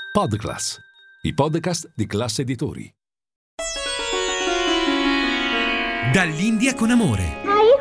Podclass, i podcast di Class Editori. Dall'India con amore.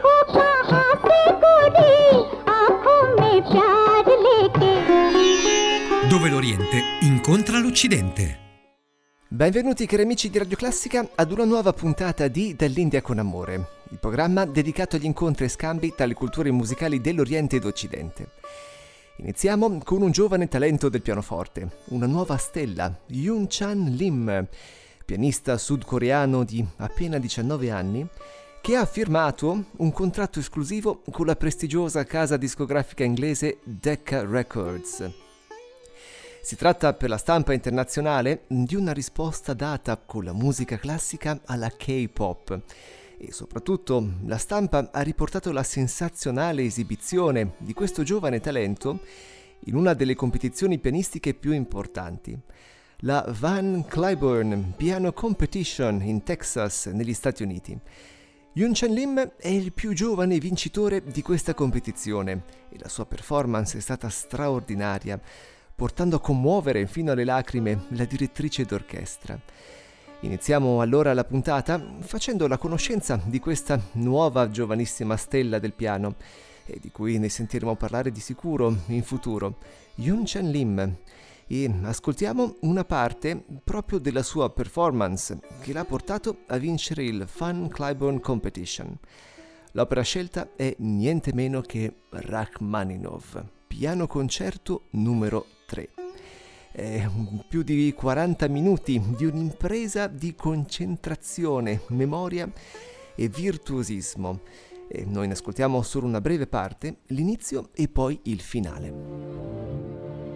Dove l'Oriente incontra l'Occidente. Benvenuti cari amici di Radio Classica ad una nuova puntata di Dall'India con amore, il programma dedicato agli incontri e scambi tra le culture musicali dell'Oriente ed Occidente. Iniziamo con un giovane talento del pianoforte, una nuova stella, Yoon-chan Lim, pianista sudcoreano di appena 19 anni, che ha firmato un contratto esclusivo con la prestigiosa casa discografica inglese Decca Records. Si tratta per la stampa internazionale di una risposta data con la musica classica alla K-pop e soprattutto la stampa ha riportato la sensazionale esibizione di questo giovane talento in una delle competizioni pianistiche più importanti, la Van Cliburn Piano Competition in Texas, negli Stati Uniti. Yoon-chan Lim è il più giovane vincitore di questa competizione e la sua performance è stata straordinaria, portando a commuovere fino alle lacrime la direttrice d'orchestra. Iniziamo allora la puntata facendo la conoscenza di questa nuova giovanissima stella del piano e di cui ne sentiremo parlare di sicuro in futuro, Yoon-chan Lim, e ascoltiamo una parte proprio della sua performance che l'ha portato a vincere il Van Cliburn Competition. L'opera scelta è niente meno che Rachmaninov, piano concerto numero 3. Più di 40 minuti di un'impresa di concentrazione, memoria e virtuosismo. E noi ne ascoltiamo solo una breve parte, l'inizio e poi il finale.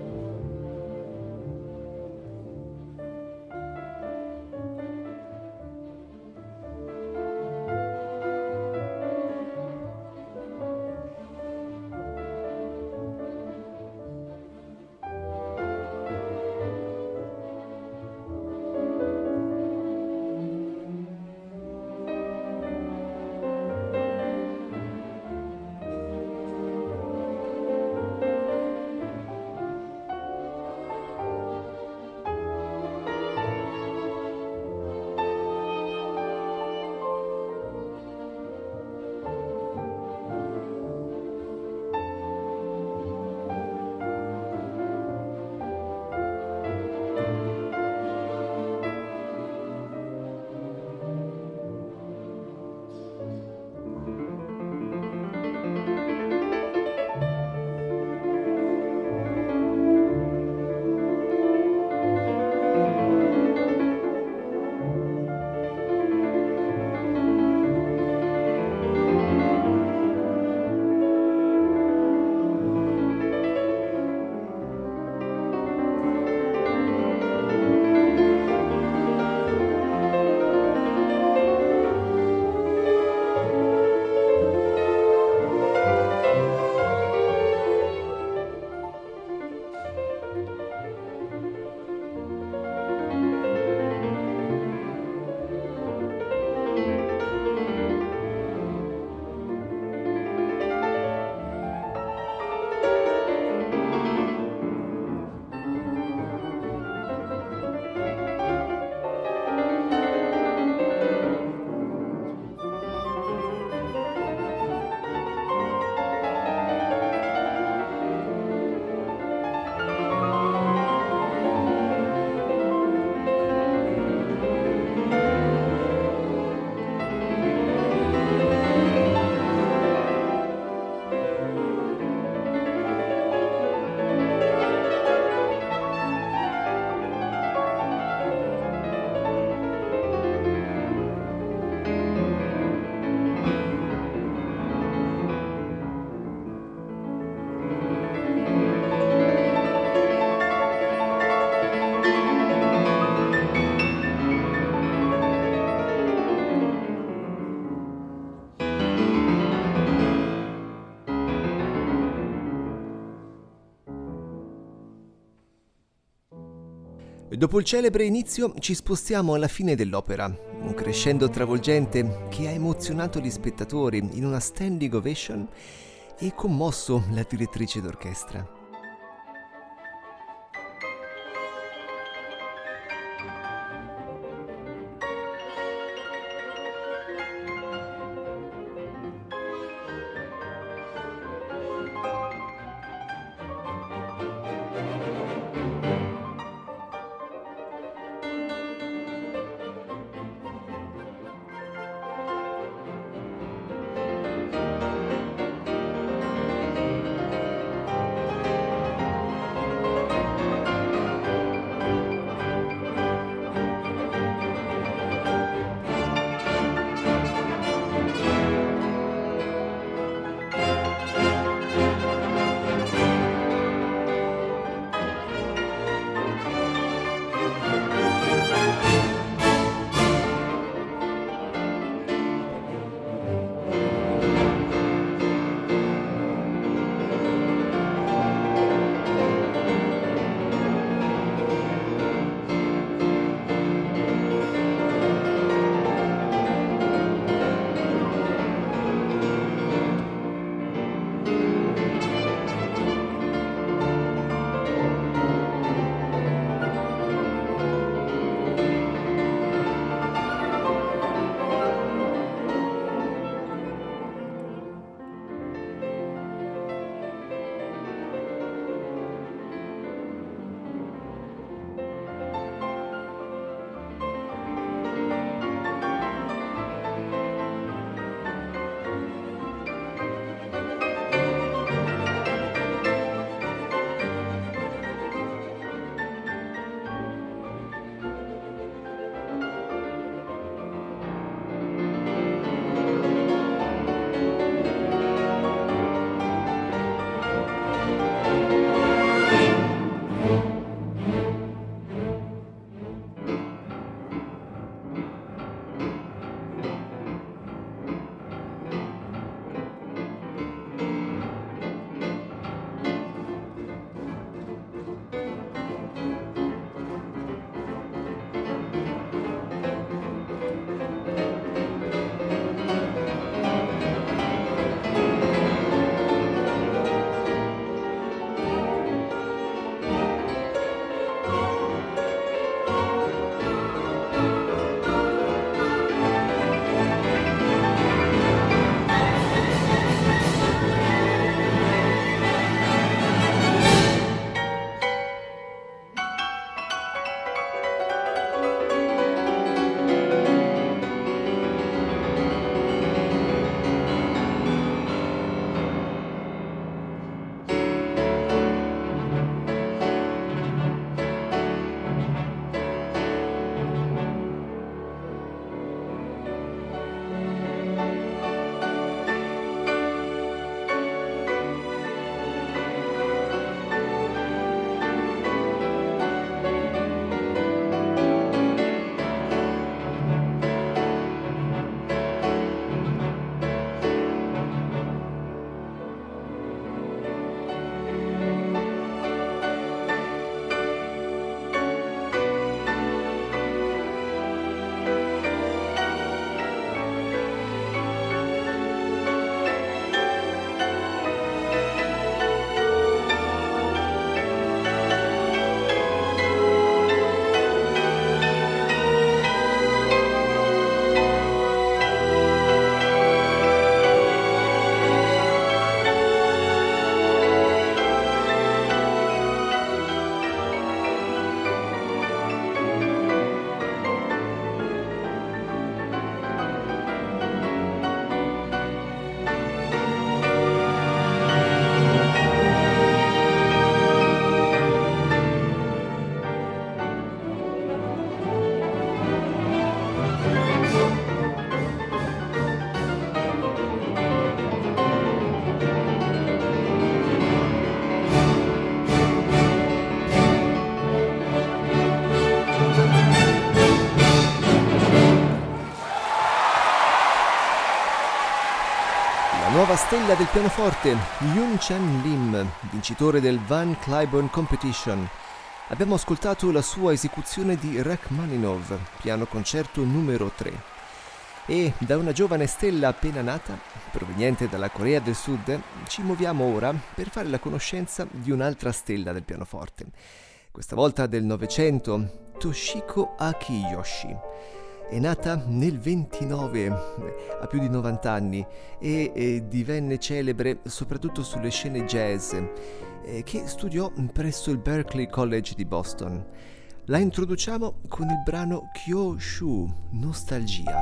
Dopo il celebre inizio ci spostiamo alla fine dell'opera, un crescendo travolgente che ha emozionato gli spettatori in una standing ovation e commosso la direttrice d'orchestra. nuova stella del pianoforte, Yoon Chan Lim, vincitore del Van Cliburn Competition. Abbiamo ascoltato la sua esecuzione di Rachmaninov, piano concerto numero 3. E da una giovane stella appena nata, proveniente dalla Corea del Sud, ci muoviamo ora per fare la conoscenza di un'altra stella del pianoforte. Questa volta del Novecento, Toshiko Akiyoshi. È nata nel 29, ha più di 90 anni e divenne celebre soprattutto sulle scene jazz, che studiò presso il Berklee College di Boston. La introduciamo con il brano Kyoshu, Nostalgia.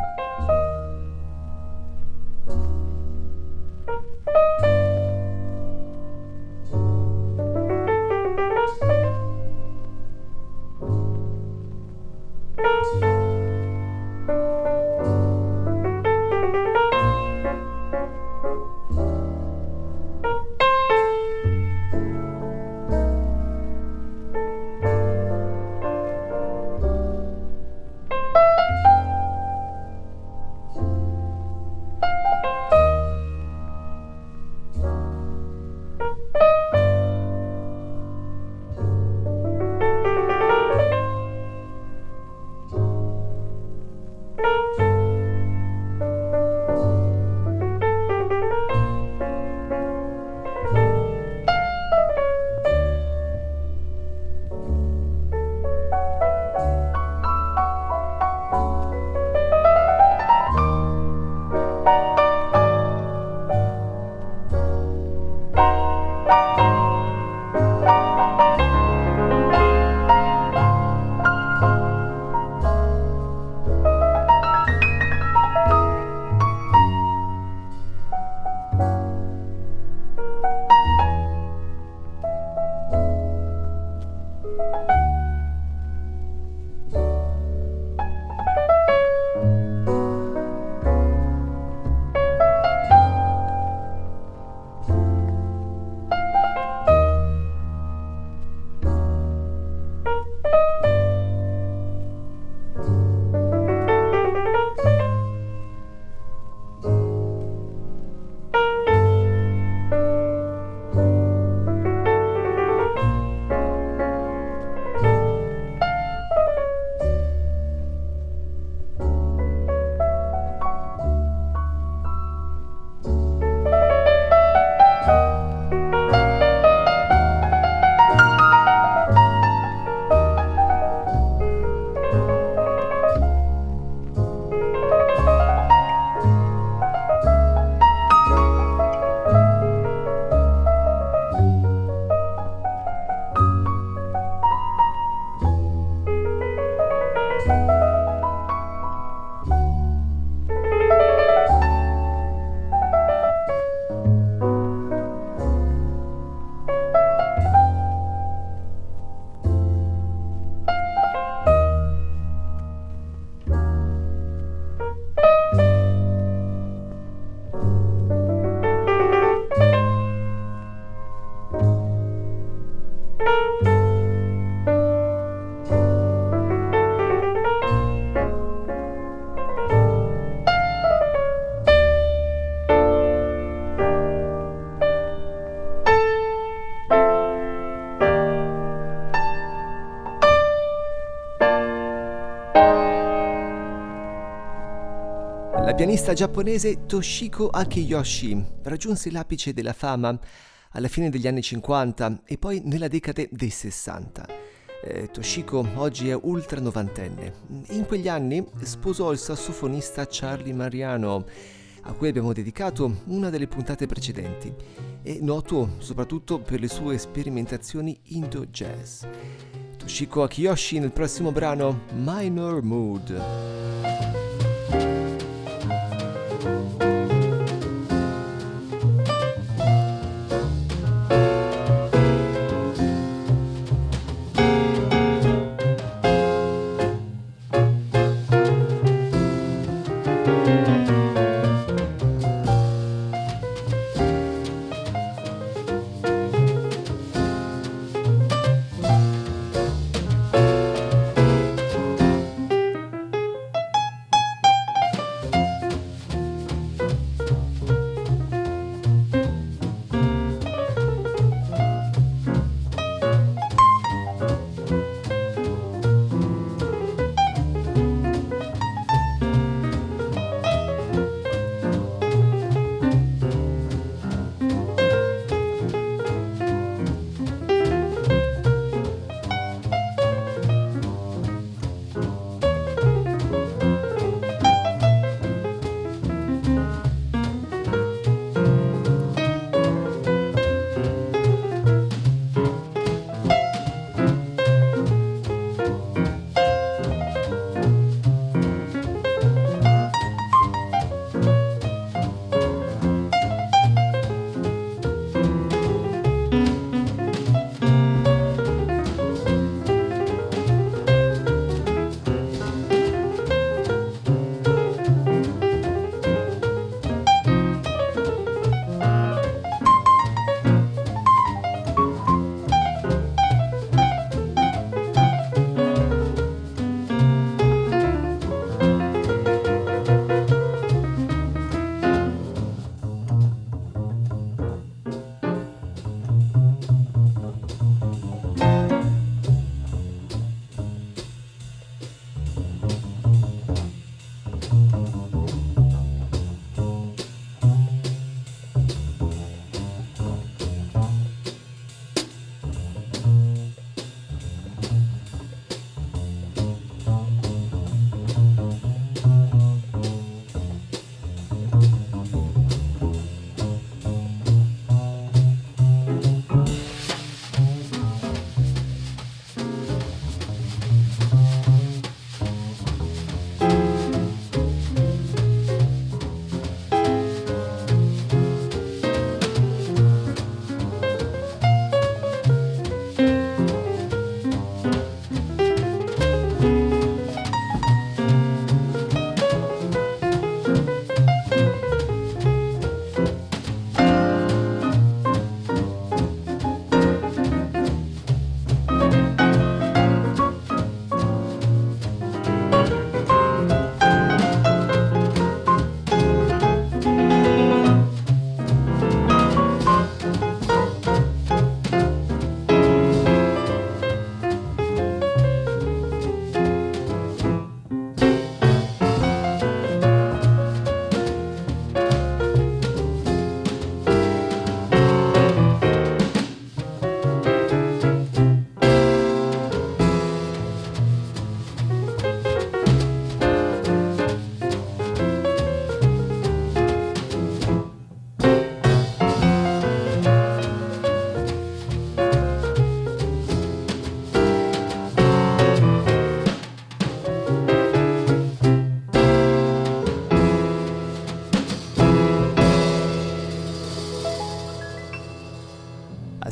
La pianista giapponese Toshiko Akiyoshi raggiunse l'apice della fama alla fine degli anni 50 e poi nella decade dei 60. Toshiko oggi è ultra novantenne. In quegli anni sposò il sassofonista Charlie Mariano, a cui abbiamo dedicato una delle puntate precedenti, e noto soprattutto per le sue sperimentazioni Indo-jazz. Toshiko Akiyoshi nel prossimo brano Minor Mood.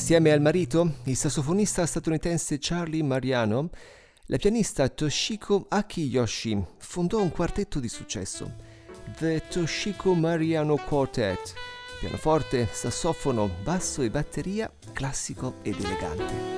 Insieme al marito, il sassofonista statunitense Charlie Mariano, la pianista Toshiko Akiyoshi fondò un quartetto di successo, The Toshiko Mariano Quartet, pianoforte, sassofono, basso e batteria, classico ed elegante.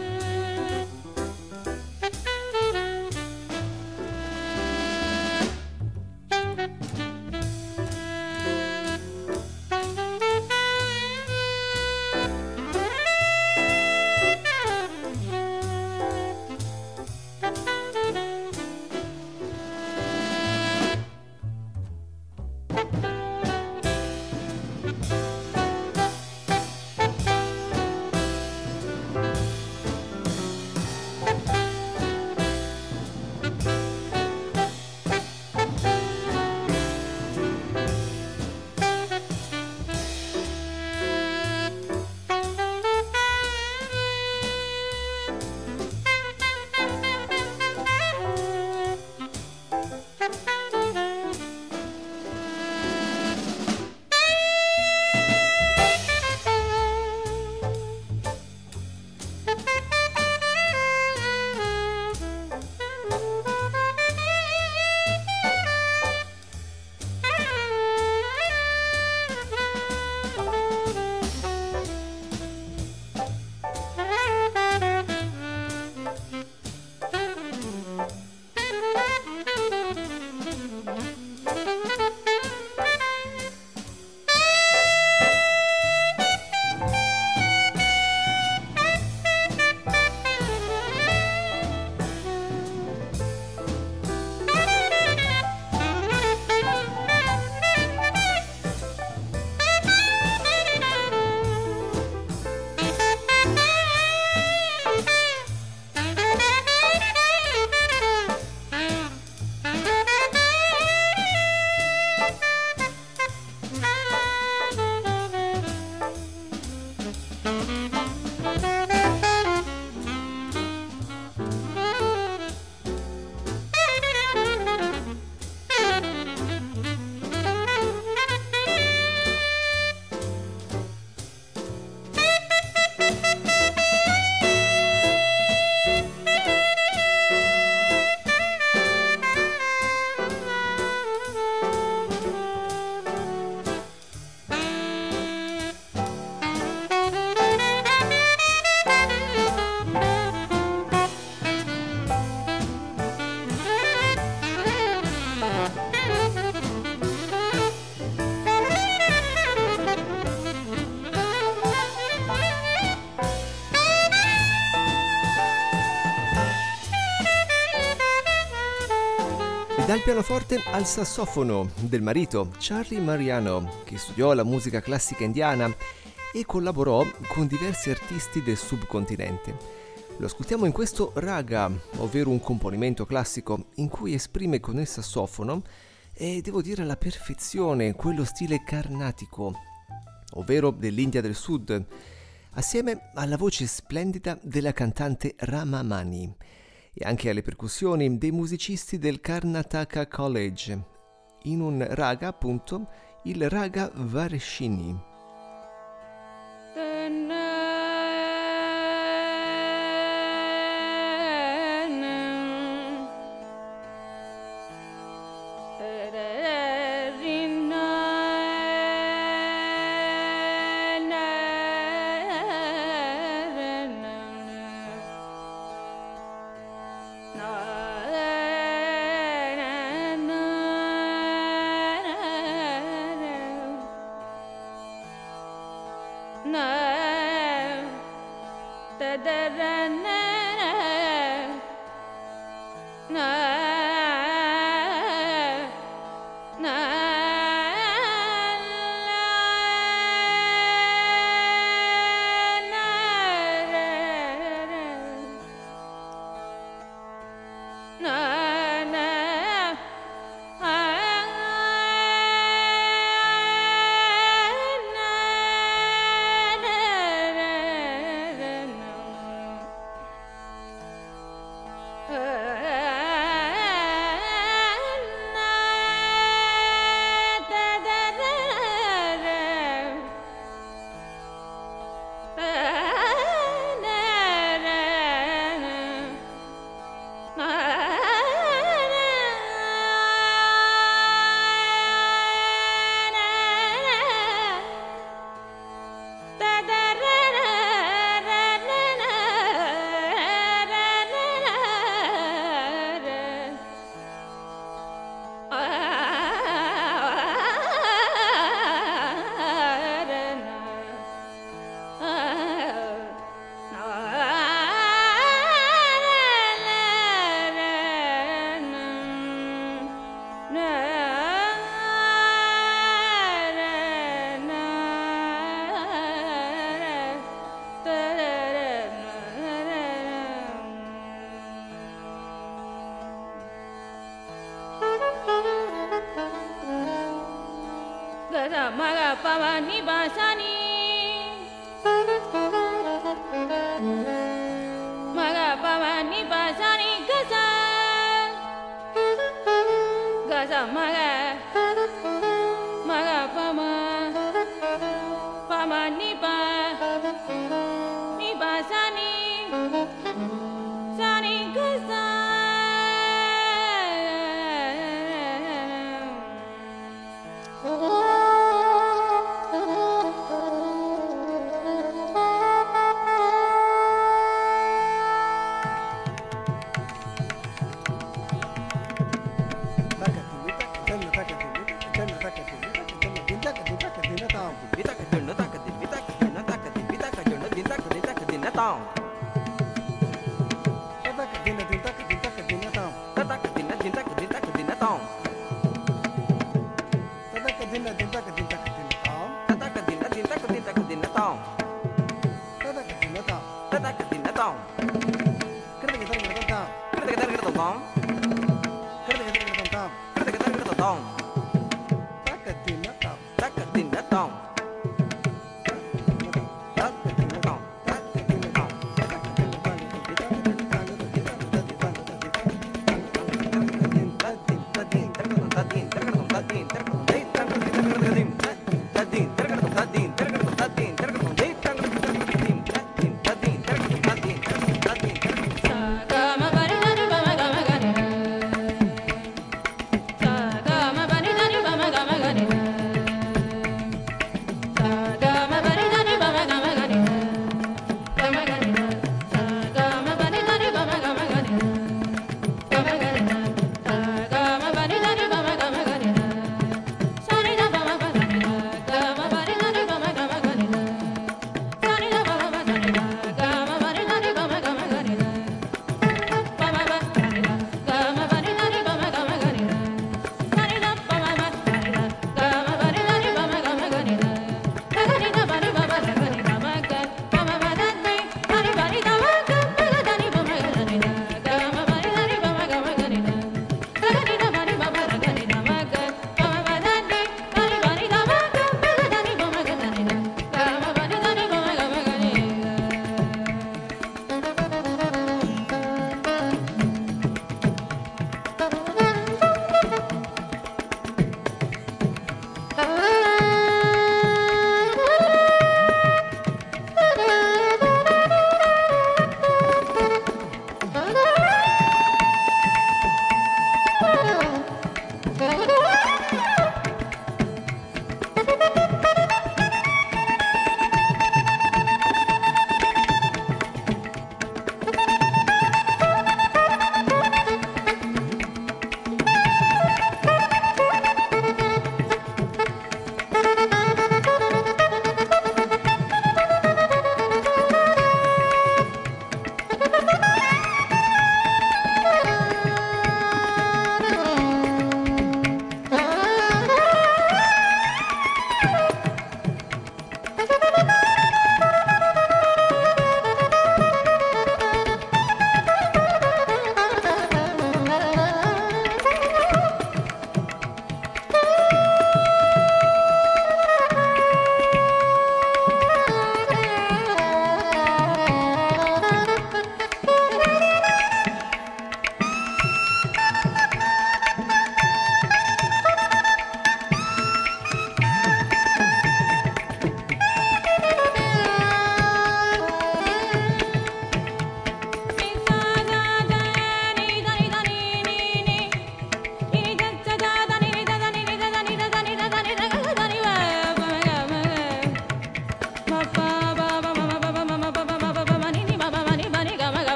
Dal pianoforte al sassofono del marito Charlie Mariano, che studiò la musica classica indiana e collaborò con diversi artisti del subcontinente. Lo ascoltiamo in questo raga, ovvero un componimento classico in cui esprime con il sassofono, e devo dire alla perfezione, quello stile carnatico, ovvero dell'India del Sud, assieme alla voce splendida della cantante Rama Mani e anche alle percussioni dei musicisti del Karnataka College, in un raga, appunto, il raga Varshini.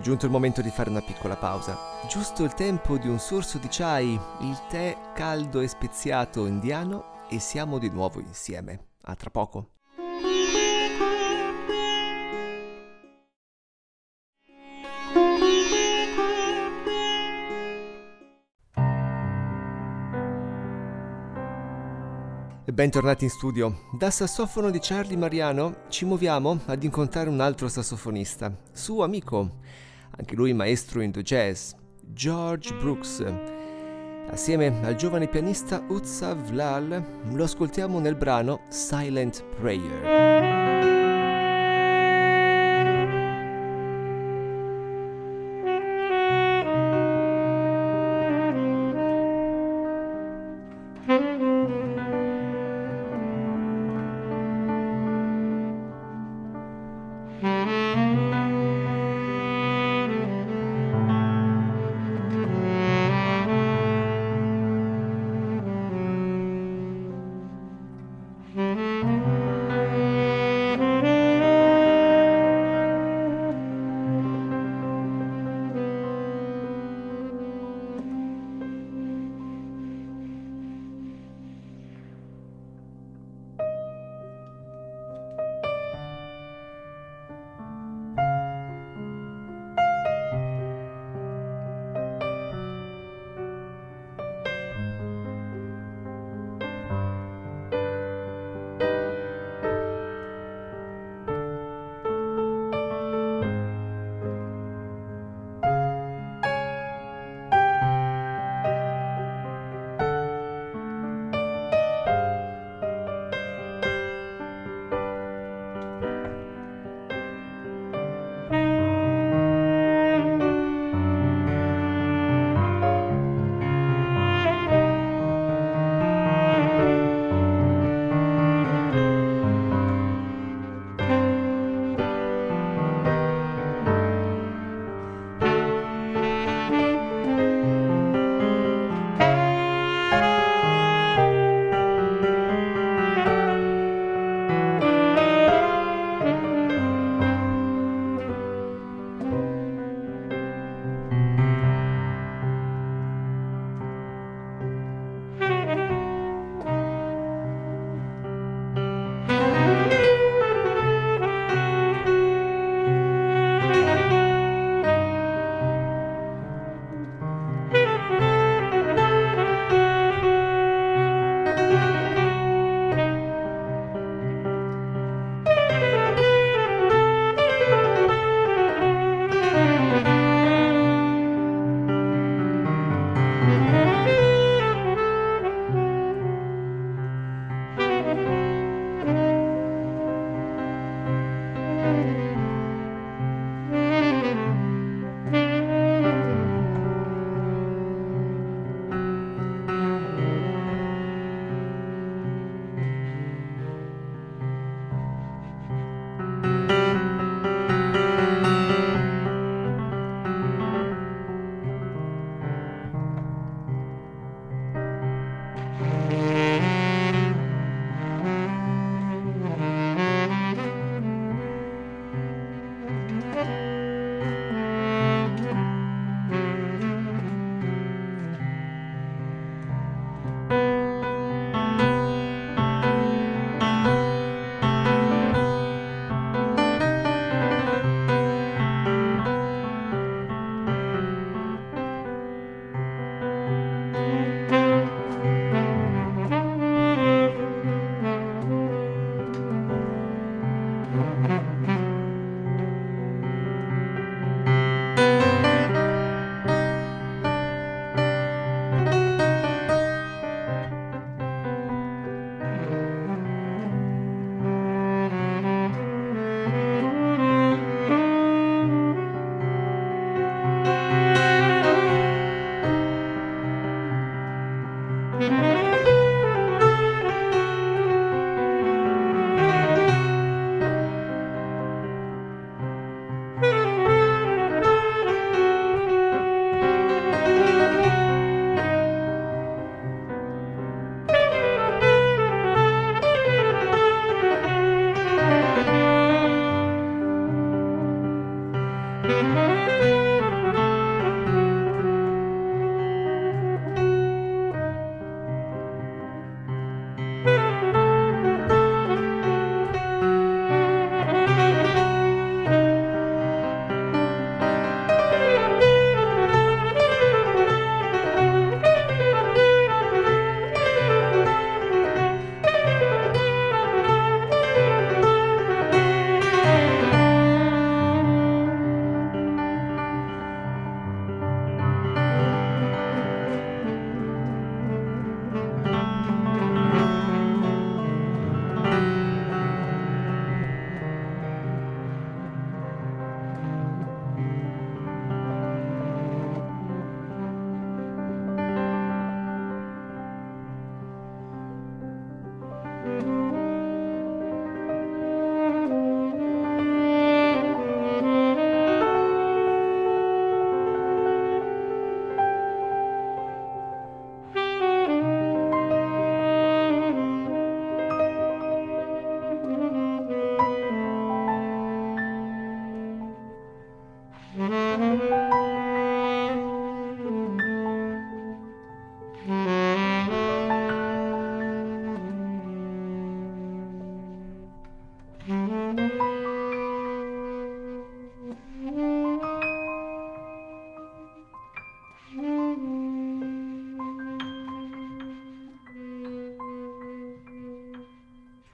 giunto il momento di fare una piccola pausa. Giusto il tempo di un sorso di chai, il tè caldo e speziato indiano e siamo di nuovo insieme. A tra poco. Bentornati in studio. Da sassofono di Charlie Mariano ci muoviamo ad incontrare un altro sassofonista, suo amico, anche lui maestro in jazz, George Brooks. Assieme al giovane pianista Utsav Lal lo ascoltiamo nel brano Silent Prayer.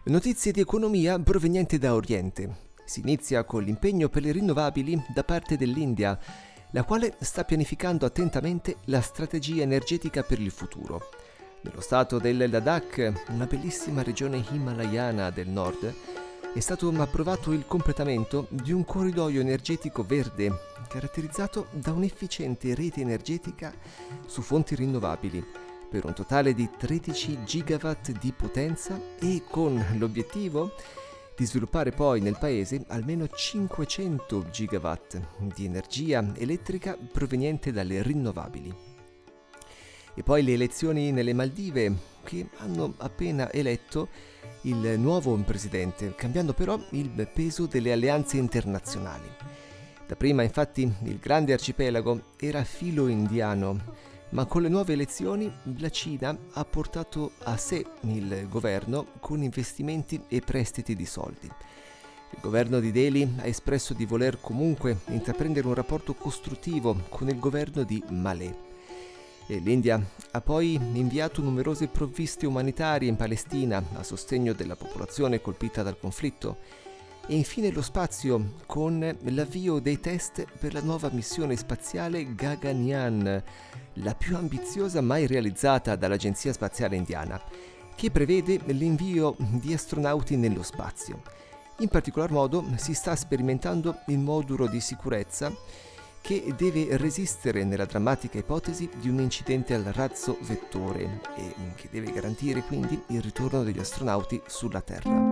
Notizie di economia provenienti da Oriente. Si inizia con l'impegno per le rinnovabili da parte dell'India, la quale sta pianificando attentamente la strategia energetica per il futuro. Nello stato del Ladakh, una bellissima regione himalayana del nord, è stato approvato il completamento di un corridoio energetico verde, caratterizzato da un'efficiente rete energetica su fonti rinnovabili, per un totale di 13 gigawatt di potenza e con l'obiettivo di sviluppare poi nel paese almeno 500 gigawatt di energia elettrica proveniente dalle rinnovabili. E poi le elezioni nelle Maldive, che hanno appena eletto il nuovo presidente, cambiando però il peso delle alleanze internazionali. Dapprima infatti il grande arcipelago era filo indiano, ma con le nuove elezioni la Cina ha portato a sé il governo con investimenti e prestiti di soldi. Il governo di Delhi ha espresso di voler comunque intraprendere un rapporto costruttivo con il governo di Malé. E l'India ha poi inviato numerose provviste umanitarie in Palestina a sostegno della popolazione colpita dal conflitto. E infine lo spazio con l'avvio dei test per la nuova missione spaziale Gaganyaan, la più ambiziosa mai realizzata dall'Agenzia Spaziale Indiana, che prevede l'invio di astronauti nello spazio. In particolar modo si sta sperimentando il modulo di sicurezza che deve resistere nella drammatica ipotesi di un incidente al razzo vettore e che deve garantire quindi il ritorno degli astronauti sulla Terra.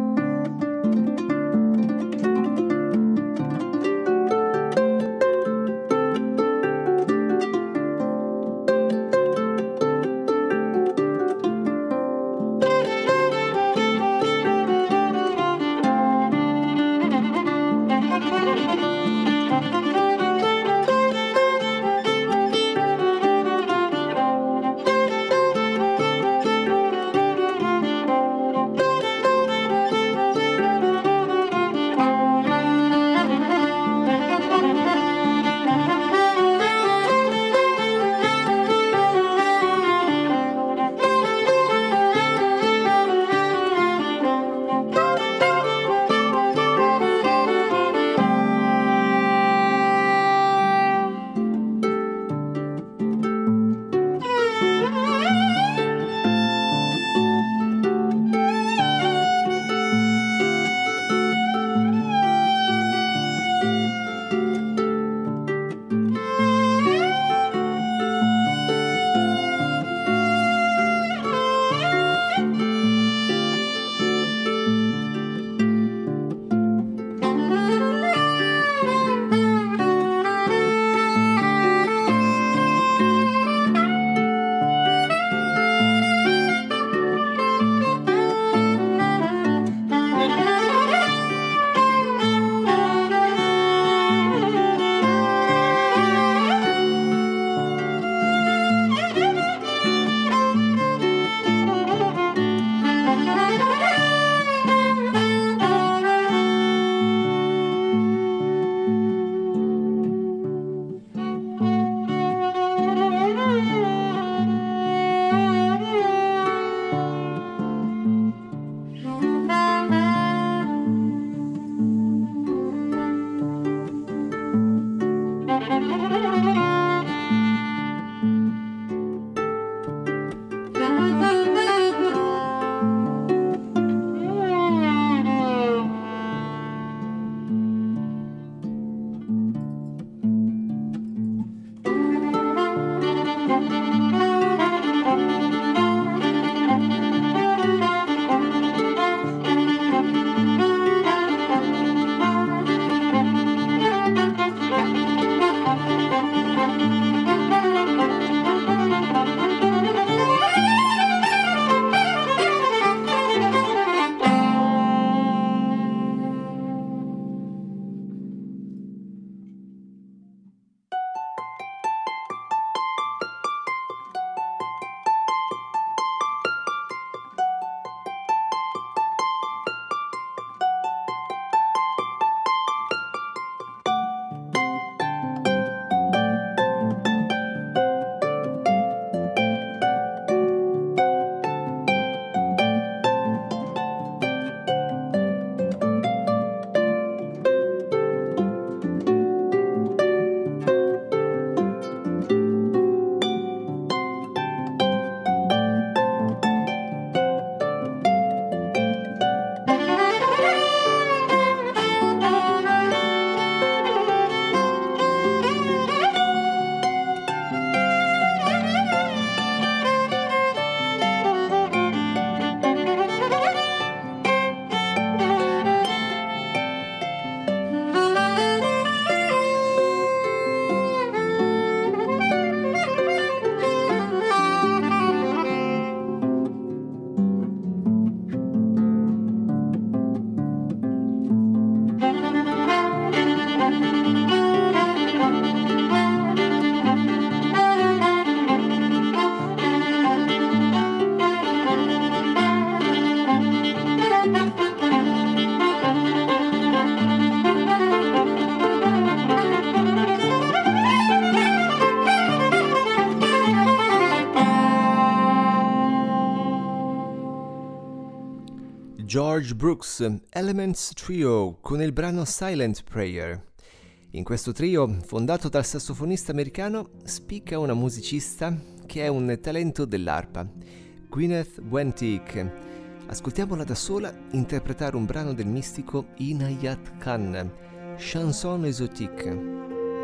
George Brooks, Elements Trio, con il brano Silent Prayer. In questo trio, fondato dal sassofonista americano, spicca una musicista che è un talento dell'arpa, Gwyneth Wentig. Ascoltiamola da sola interpretare un brano del mistico Inayat Khan, Chanson Exotique.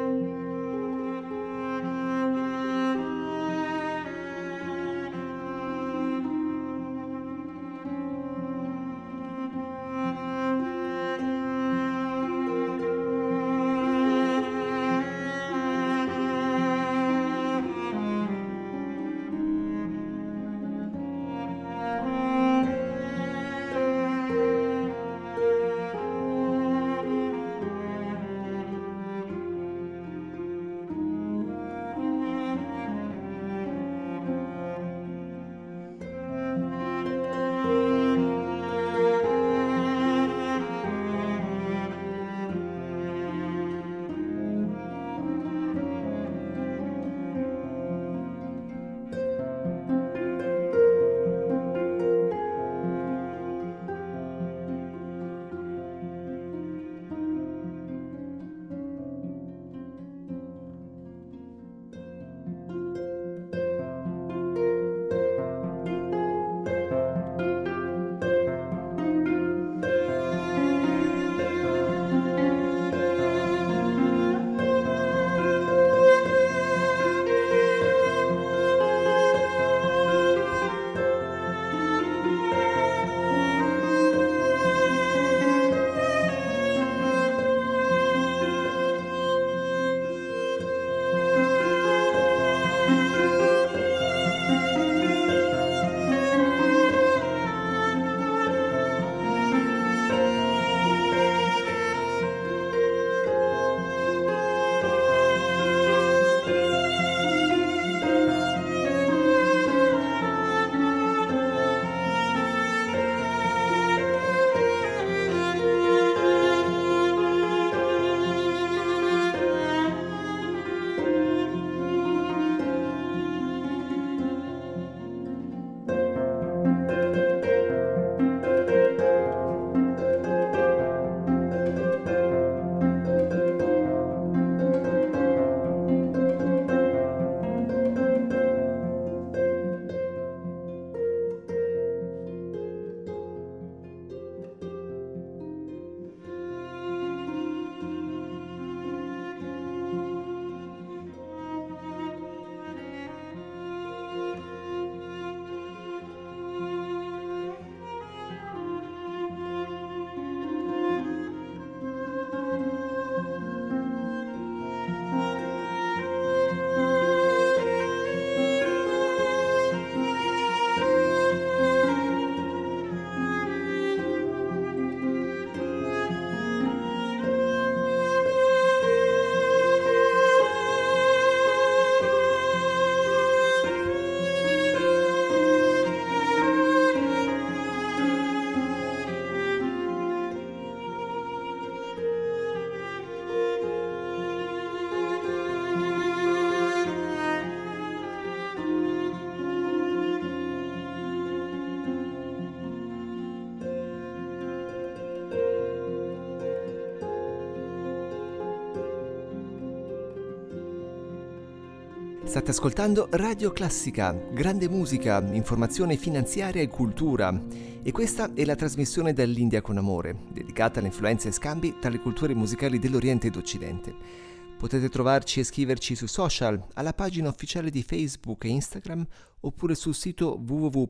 State ascoltando Radio Classica, grande musica, informazione finanziaria e cultura. E questa è la trasmissione dall'India con amore, dedicata alle influenze e scambi tra le culture musicali dell'Oriente ed Occidente. Potete trovarci e scriverci sui social, alla pagina ufficiale di Facebook e Instagram, oppure sul sito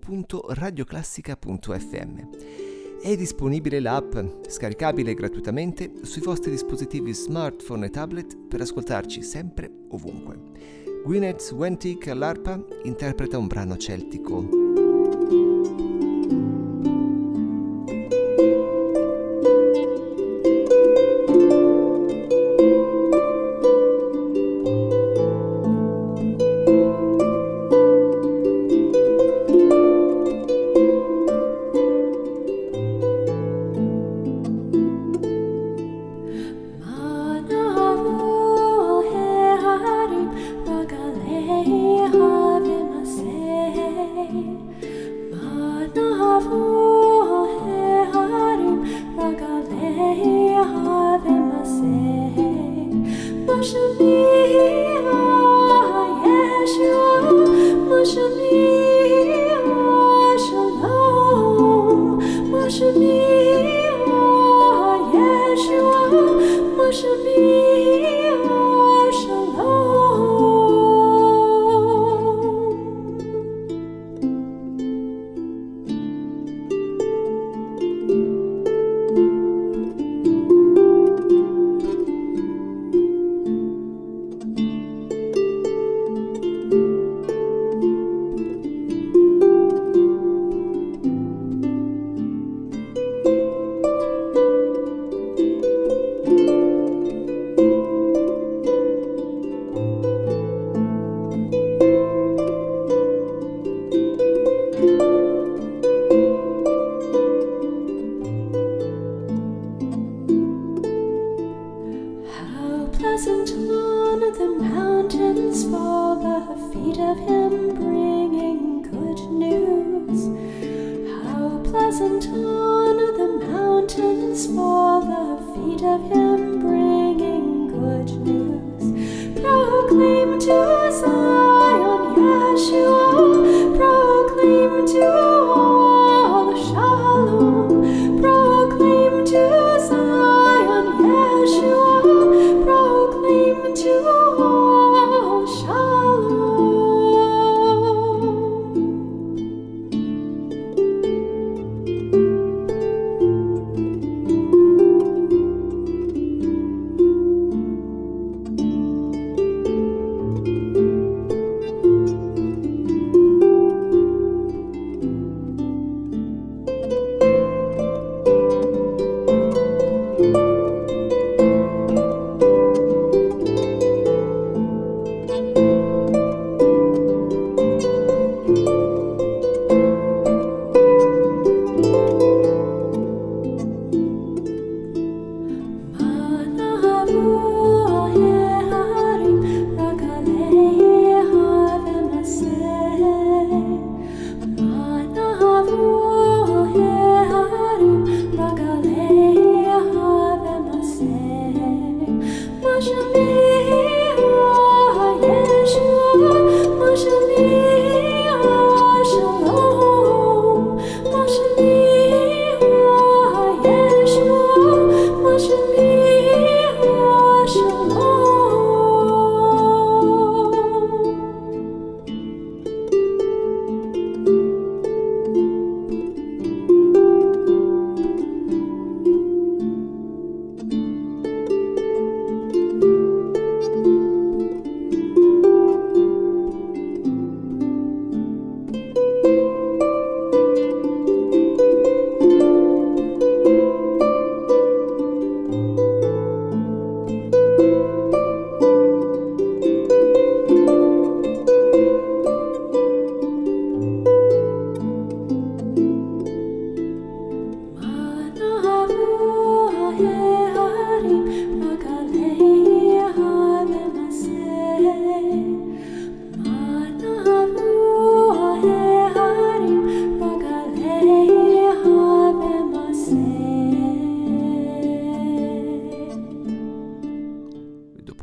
www.radioclassica.fm. È disponibile l'app, scaricabile gratuitamente sui vostri dispositivi smartphone e tablet per ascoltarci sempre, ovunque. Gwyneth Wentig all'arpa interpreta un brano celtico. Have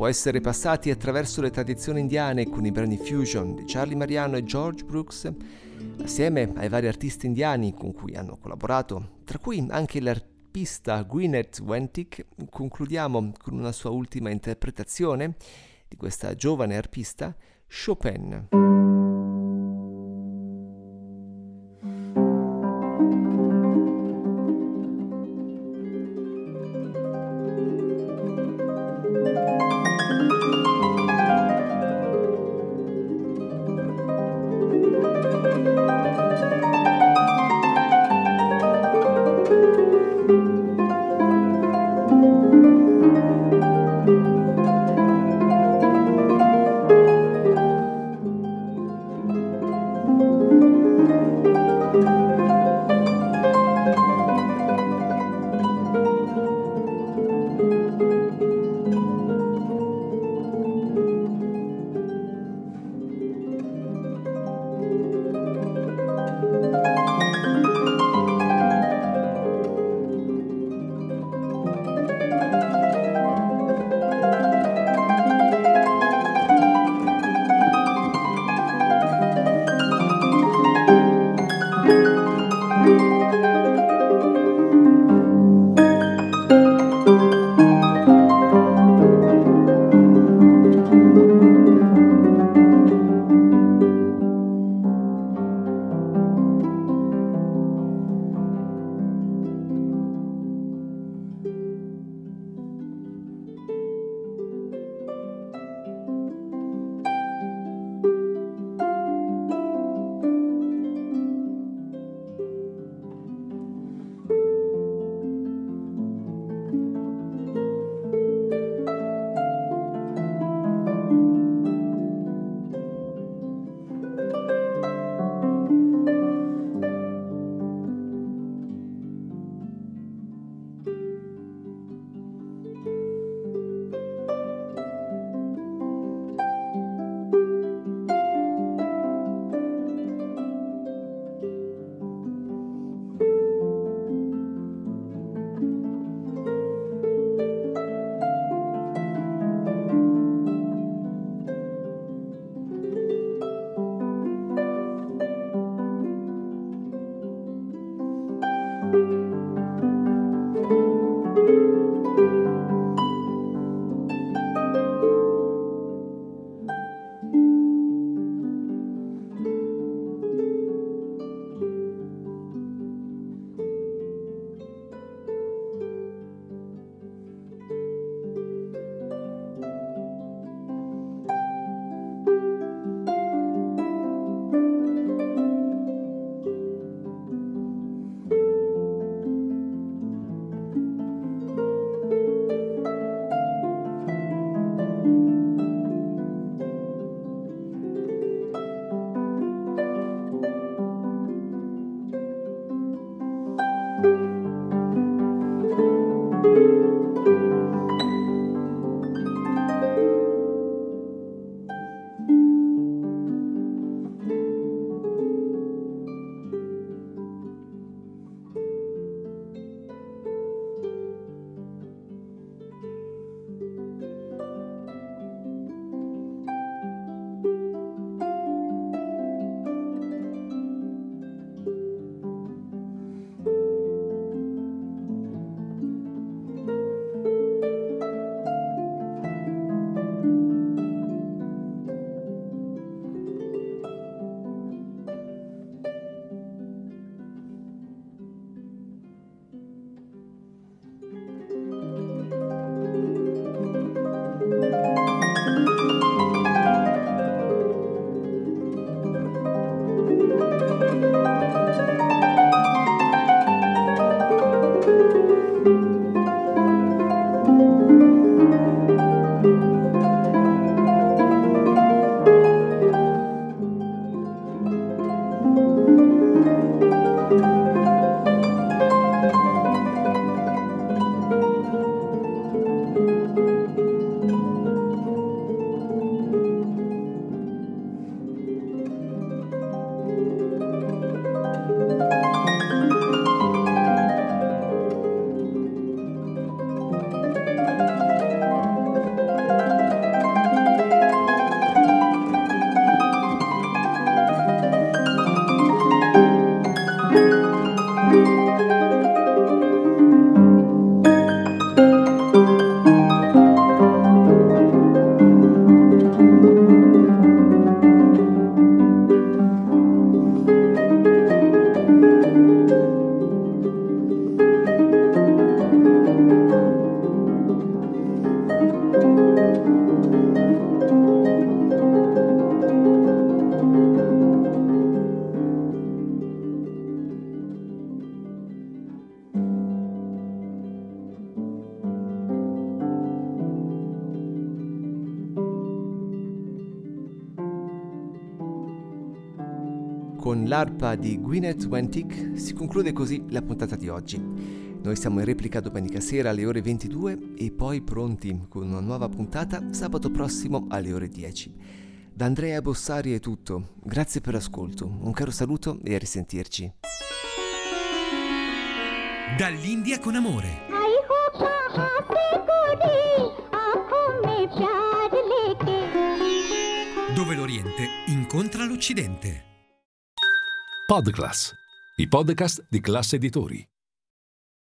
Dopo essere passati attraverso le tradizioni indiane con i brani fusion di Charlie Mariano e George Brooks, assieme ai vari artisti indiani con cui hanno collaborato, tra cui anche l'arpista Gwyneth Wentic, concludiamo con una sua ultima interpretazione di questa giovane arpista, Chopin. Con l'arpa di Gwyneth Wentic si conclude così la puntata di oggi. Noi siamo in replica domenica sera alle ore 22 e poi pronti con una nuova puntata sabato prossimo alle ore 10. Da Andrea Bossari è tutto, grazie per l'ascolto, un caro saluto e a risentirci. Dall'India con amore. Dove l'Oriente incontra l'Occidente. Podclass, i podcast di Classe Editori.